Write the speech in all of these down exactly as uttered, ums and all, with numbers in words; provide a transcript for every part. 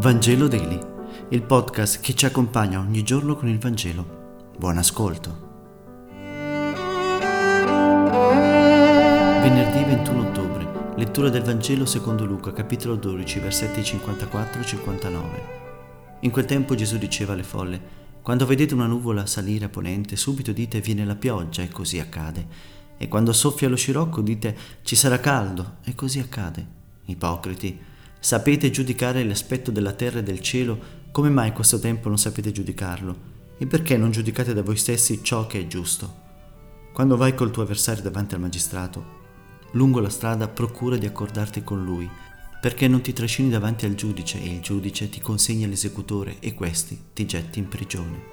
Vangelo Daily, il podcast che ci accompagna ogni giorno con il Vangelo. Buon ascolto. Venerdì ventuno ottobre, lettura del Vangelo secondo Luca, capitolo dodici, versetti cinquantaquattro cinquantanove. In quel tempo Gesù diceva alle folle: quando vedete una nuvola salire a ponente, subito dite viene la pioggia, e così accade. E quando soffia lo scirocco dite ci sarà caldo, e così accade. Ipocriti, sapete giudicare l'aspetto della terra e del cielo, come mai in questo tempo non sapete giudicarlo? E perché non giudicate da voi stessi ciò che è giusto? Quando vai col tuo avversario davanti al magistrato, lungo la strada procura di accordarti con lui, perché non ti trascini davanti al giudice e il giudice ti consegna all'esecutore e questi ti getti in prigione.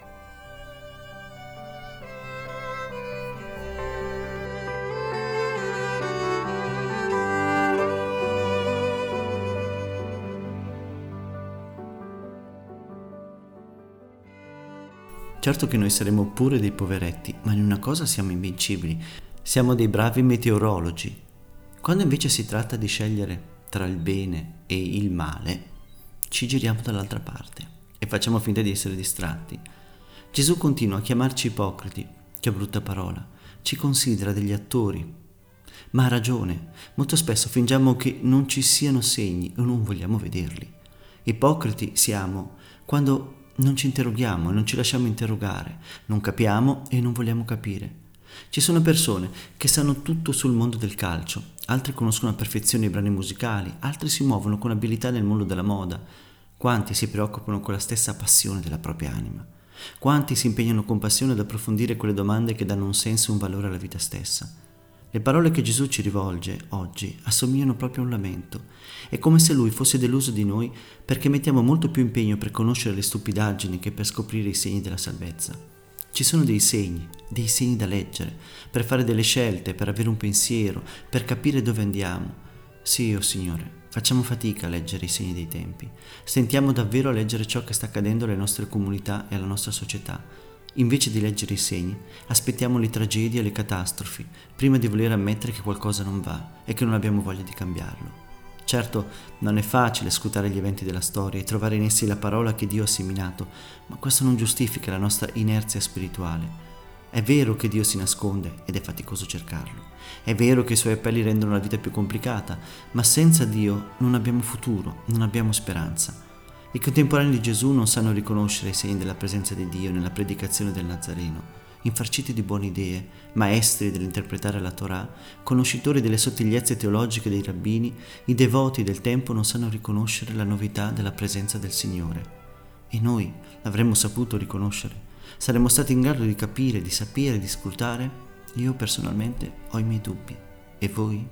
Certo che noi saremo pure dei poveretti, ma in una cosa siamo invincibili. Siamo dei bravi meteorologi. Quando invece si tratta di scegliere tra il bene e il male, ci giriamo dall'altra parte e facciamo finta di essere distratti. Gesù continua a chiamarci ipocriti, che brutta parola, ci considera degli attori. Ma ha ragione, molto spesso fingiamo che non ci siano segni o non vogliamo vederli. Ipocriti siamo quando non ci interroghiamo e non ci lasciamo interrogare, non capiamo e non vogliamo capire. Ci sono persone che sanno tutto sul mondo del calcio, altri conoscono a perfezione i brani musicali, altri si muovono con abilità nel mondo della moda. Quanti si preoccupano con la stessa passione della propria anima? Quanti si impegnano con passione ad approfondire quelle domande che danno un senso e un valore alla vita stessa? Le parole che Gesù ci rivolge oggi assomigliano proprio a un lamento. È come se Lui fosse deluso di noi perché mettiamo molto più impegno per conoscere le stupidaggini che per scoprire i segni della salvezza. Ci sono dei segni, dei segni da leggere, per fare delle scelte, per avere un pensiero, per capire dove andiamo. Sì, oh Signore, facciamo fatica a leggere i segni dei tempi. Stentiamo davvero a leggere ciò che sta accadendo alle nostre comunità e alla nostra società. Invece di leggere i segni, aspettiamo le tragedie e le catastrofi prima di voler ammettere che qualcosa non va e che non abbiamo voglia di cambiarlo. Certo, non è facile scrutare gli eventi della storia e trovare in essi la parola che Dio ha seminato, ma questo non giustifica la nostra inerzia spirituale. È vero che Dio si nasconde ed è faticoso cercarlo. È vero che i suoi appelli rendono la vita più complicata, ma senza Dio non abbiamo futuro, non abbiamo speranza. I contemporanei di Gesù non sanno riconoscere i segni della presenza di Dio nella predicazione del Nazareno. Infarciti di buone idee, maestri dell'interpretare la Torah, conoscitori delle sottigliezze teologiche dei rabbini, i devoti del tempo non sanno riconoscere la novità della presenza del Signore. E noi l'avremmo saputo riconoscere? Saremmo stati in grado di capire, di sapere, di scrutare? Io personalmente ho i miei dubbi. E voi?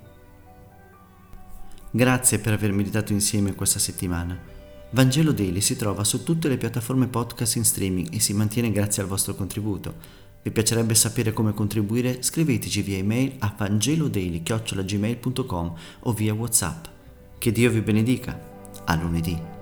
Grazie per aver meditato insieme questa settimana. Vangelo Daily si trova su tutte le piattaforme podcast in streaming e si mantiene grazie al vostro contributo. Vi piacerebbe sapere come contribuire? Scriveteci via email a vangelodaily chiocciola gmail punto com o via WhatsApp. Che Dio vi benedica. A lunedì.